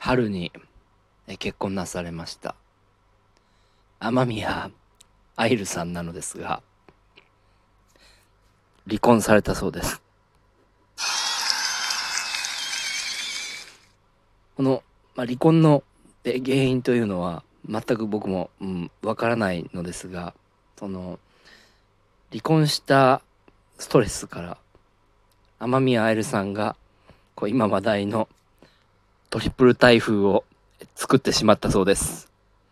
春に結婚なされました雨宮愛流さんなのですが、離婚されたそうです。この、離婚の原因というのは全く僕もわからないのですが、その離婚したストレスから雨宮愛流さんが今話題のトリプル台風を作ってしまったそうです。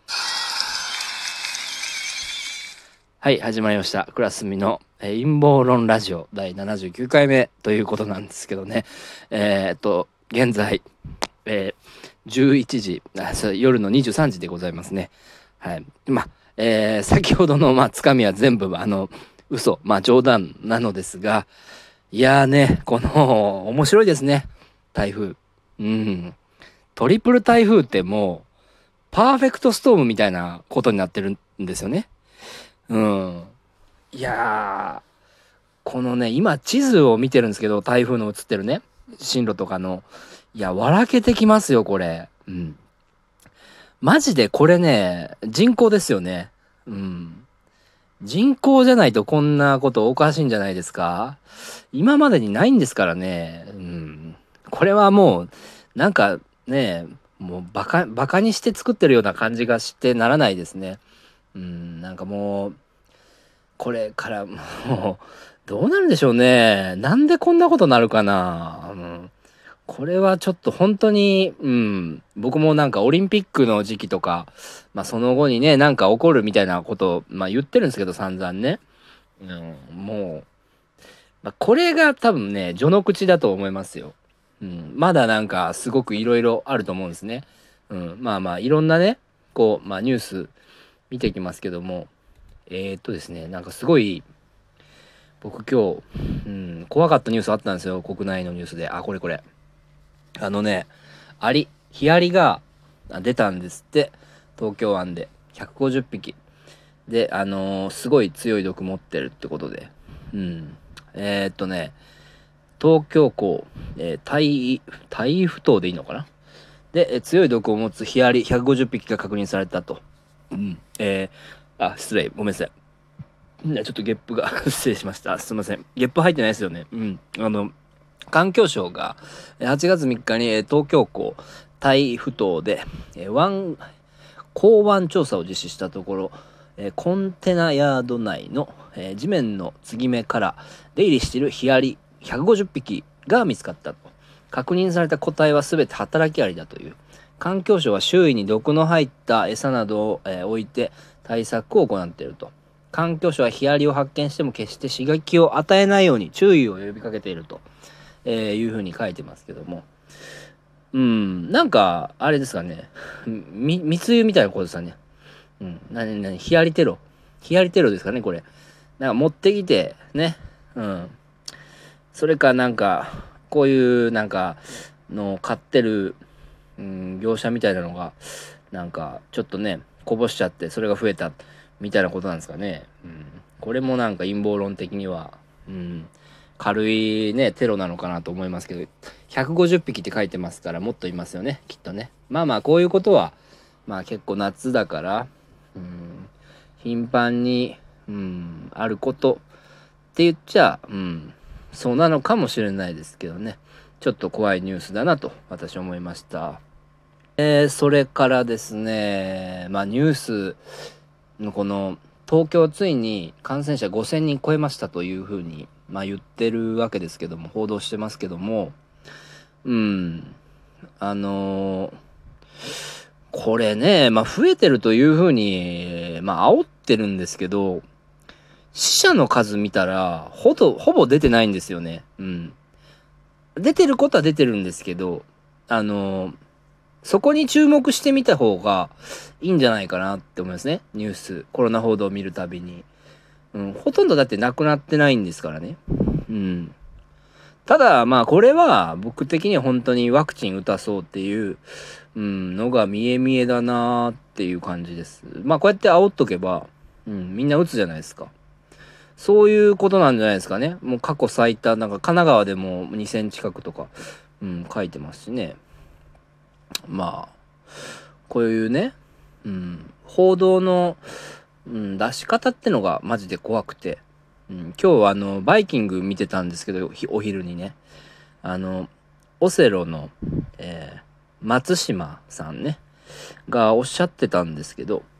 はい、始まりました。クラスミの陰謀論ラジオ第79回目ということなんですけどね。現在、11時夜の23時でございますね。はい。先ほどのつかみは全部嘘、冗談なのですが、いやーね、面白いですね。台風。うん。トリプル台風ってもう、パーフェクトストームみたいなことになってるんですよね。うん。いやー、このね、今地図を見てるんですけど、台風の映ってるね、進路とかの。いや、笑けてきますよ、これ。うん。マジでこれね、人工ですよね。うん。人工じゃないとこんなことおかしいんじゃないですか？今までにないんですからね。うん。これはもう、なんかね、もうバカにして作ってるような感じがしてならないですね。うん、なんかもう、これからもう、どうなるんでしょうね。なんでこんなことなるかな。これはちょっと本当に、僕もなんかオリンピックの時期とか、その後にね、なんか起こるみたいなことを、言ってるんですけど、散々ね。もう、これが多分ね、序の口だと思いますよ。まだなんかすごくいろいろあると思うんですね。いろんなね、ニュース見ていきますけども、ですね、なんかすごい、僕今日、怖かったニュースあったんですよ、国内のニュースで。あ、これ。あのね、ヒアリが出たんですって、東京湾で。150匹。で、すごい強い毒持ってるってことで。うん。東京港、タイフ島でいいのかな。で、強い毒を持つヒアリ150匹が確認されたと。うん。失礼。ごめんなさい。ちょっとゲップが失礼しました。すいません。ゲップ入ってないですよね。環境省が8月3日に東京港タイふ頭で港湾調査を実施したところ、コンテナヤード内の地面の継ぎ目から出入りしているヒアリ150匹が見つかったと。確認された個体は全て働きアリだという。環境省は周囲に毒の入った餌などを、置いて対策を行っていると。環境省はヒアリを発見しても決して刺激を与えないように注意を呼びかけていると、いうふうに書いてますけども。なんか、あれですかね。密輸みたいなことですかね。ヒアリテロ。ヒアリテロですかね、これ。なんか持ってきて、ね。それかなんか、こういうなんか、買ってる、業者みたいなのが、なんか、ちょっとね、こぼしちゃって、それが増えた、みたいなことなんですかね。これもなんか陰謀論的には、軽いね、テロなのかなと思いますけど、150匹って書いてますから、もっといますよね、きっとね。こういうことは、結構夏だから、頻繁に、あることって言っちゃ、そうなのかもしれないですけどね。ちょっと怖いニュースだなと私は思いました。それからですね、ニュースの東京ついに感染者5000人超えましたというふうに、言ってるわけですけども、報道してますけども、あのーこれね、増えてるというふうに、煽ってるんですけど、死者の数見たら、ほぼ出てないんですよね。出てることは出てるんですけど、そこに注目してみた方がいいんじゃないかなって思いますね。ニュース、コロナ報道を見るたびに。ほとんどだってなくなってないんですからね。ただ、これは僕的には本当にワクチン打たそうっていう、のが見え見えだなーっていう感じです。こうやって煽っとけば、みんな打つじゃないですか。そういうことなんじゃないですかね。もう過去最多、なんか神奈川でも2000近くとか、書いてますしね。 まあこういうね、報道の、出し方ってのがマジで怖くて、今日はバイキング見てたんですけど、お昼にね、オセロの、松島さんねがおっしゃってたんですけど、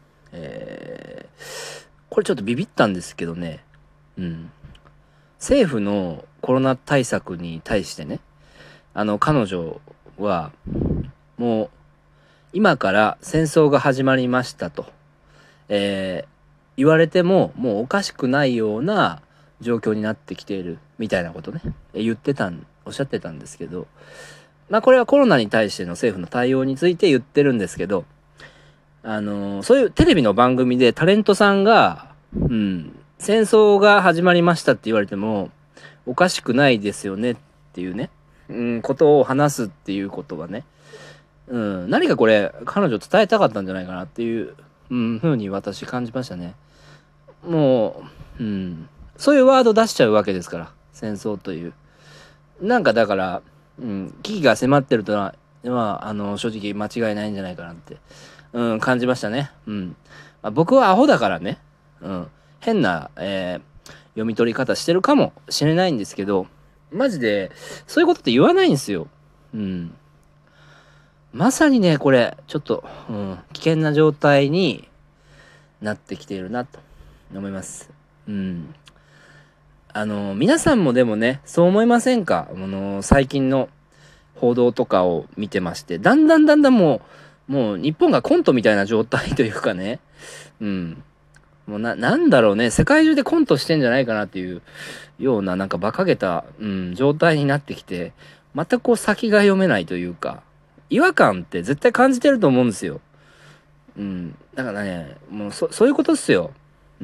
これちょっとビビったんですけどね、政府のコロナ対策に対してね、彼女はもう今から戦争が始まりましたと、言われてももうおかしくないような状況になってきているみたいなことね、おっしゃってたんですけど、これはコロナに対しての政府の対応について言ってるんですけど、そういうテレビの番組でタレントさんが、戦争が始まりましたって言われてもおかしくないですよねっていうね、ことを話すっていうことはね、何かこれ彼女伝えたかったんじゃないかなっていう、風に私感じましたね。もう、そういうワード出しちゃうわけですから、戦争という。なんかだから、危機が迫ってるとは、正直間違いないんじゃないかなって、感じましたね。僕はアホだからね、変な、読み取り方してるかもしれないんですけど、マジでそういうことって言わないんですよ。まさにねこれちょっと、危険な状態になってきているなと思います。皆さんもでもねそう思いませんか？最近の報道とかを見てまして、だんだんもう日本がコントみたいな状態というかね、もうなんだろうね、世界中でコントしてんじゃないかなっていうようななんか馬鹿げた、状態になってきて、またこう先が読めないというか、違和感って絶対感じてると思うんですよ。だからね、もうそういうことっすよ。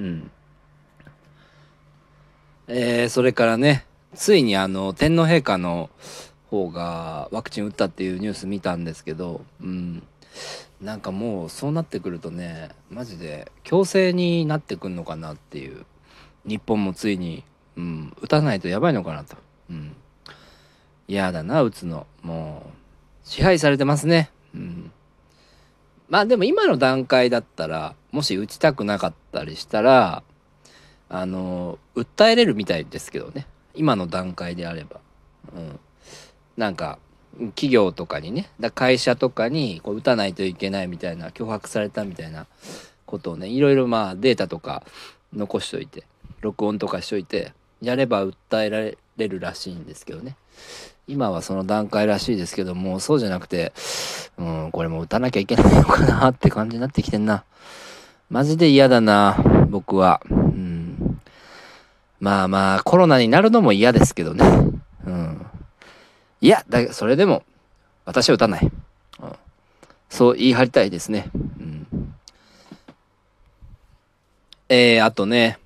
それからね、ついに天皇陛下の方がワクチン打ったっていうニュース見たんですけど、なんかもうそうなってくるとね、マジで強制になってくんのかなっていう。日本もついに、打たないとやばいのかなと。嫌だな、打つの。もう支配されてますね。でも今の段階だったら、もし打ちたくなかったりしたら訴えれるみたいですけどね、今の段階であれば。なんか企業とかにね、会社とかにこう打たないといけないみたいな、脅迫されたみたいなことをね、いろいろデータとか残しといて、録音とかしといてやれば訴えられるらしいんですけどね。今はその段階らしいですけども、そうじゃなくて、これも打たなきゃいけないのかなって感じになってきてんな。マジで嫌だな、僕は。コロナになるのも嫌ですけどね。いや、それでも、私は打たない。そう言い張りたいですね。あとね、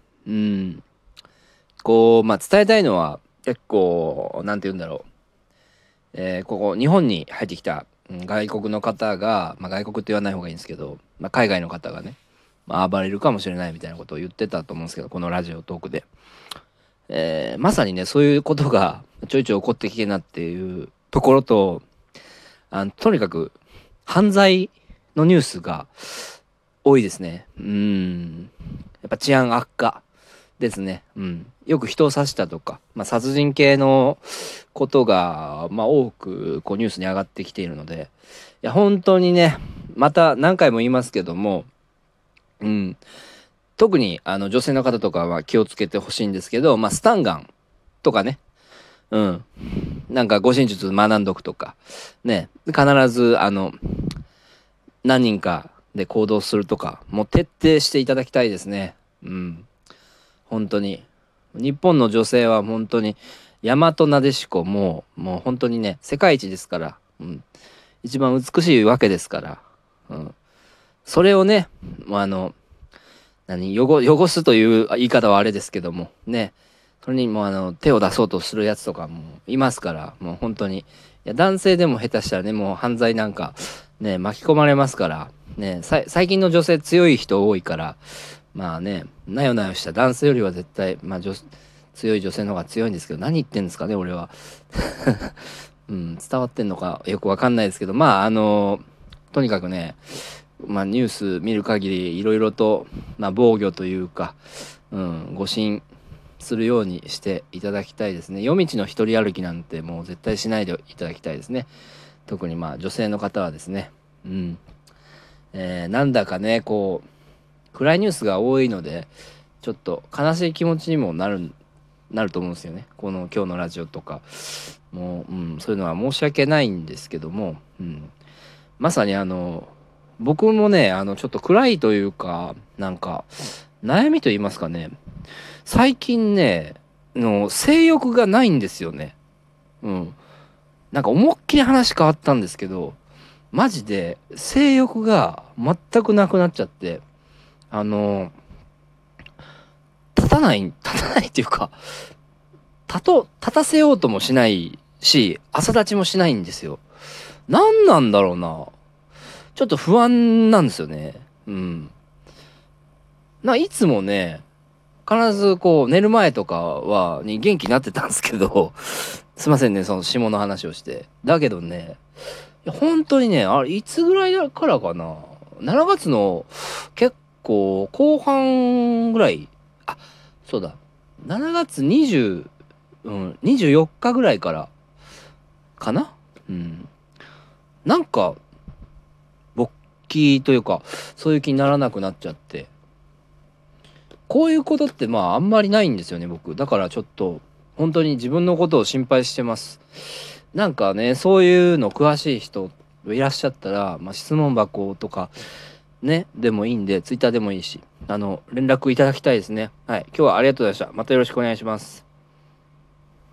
こう、伝えたいのは、結構、なんて言うんだろう。ここ、日本に入ってきた外国の方が、外国って言わない方がいいんですけど、海外の方がね、暴れるかもしれないみたいなことを言ってたと思うんですけど、このラジオトークで。まさにね、そういうことがちょいちょい起こってきてなっていうところと、とにかく犯罪のニュースが多いですね。やっぱ治安悪化ですね。よく人を刺したとか、殺人系のことが、多くこうニュースに上がってきているので、いや、本当にね、また何回も言いますけども、特に女性の方とかは気をつけてほしいんですけど、スタンガンとかね、なんか護身術学んどくとか、ね、必ず何人かで行動するとか、もう徹底していただきたいですね。本当に。日本の女性は本当に、大和なでしこもう本当にね、世界一ですから、一番美しいわけですから、それをね、もう汚すという言い方はあれですけどもね、それにも手を出そうとするやつとかもいますから、もう本当に、いや男性でも下手したらね、もう犯罪なんかね巻き込まれますからね。最近の女性強い人多いから、なよなよした男性よりは絶対強い女性の方が強いんですけど、何言ってんですかね俺は伝わってんのかよくわかんないですけど、とにかくね、ニュース見る限りいろいろと、防御というか、誤信するようにしていただきたいですね。夜道の一人歩きなんてもう絶対しないでいただきたいですね。特に女性の方はですね。なんだかね、こう暗いニュースが多いのでちょっと悲しい気持ちにもなると思うんですよね。この今日のラジオとかもう、そういうのは申し訳ないんですけども、まさに僕もねちょっと暗いというかなんか悩みと言いますかね、最近ね性欲がないんですよね。なんか思いっきり話変わったんですけど、マジで性欲が全くなくなっちゃって、立たないっていうか、立たせようともしないし、朝立ちもしないんですよ。何なんだろうな。ちょっと不安なんですよね。いつもね、必ずこう寝る前とかに元気になってたんですけど、すいませんね、その下の話をして。だけどね、本当にね、あれいつぐらいからかな。7月の結構後半ぐらい、そうだ、7月24日ぐらいからかな。なんか勃起というかそういう気にならなくなっちゃって、こういうことってあんまりないんですよね僕。だからちょっと本当に自分のことを心配してます。なんかね、そういうの詳しい人いらっしゃったら、質問箱とかねでもいいんで、ツイッターでもいいし連絡いただきたいですね。はい、今日はありがとうございました。またよろしくお願いします。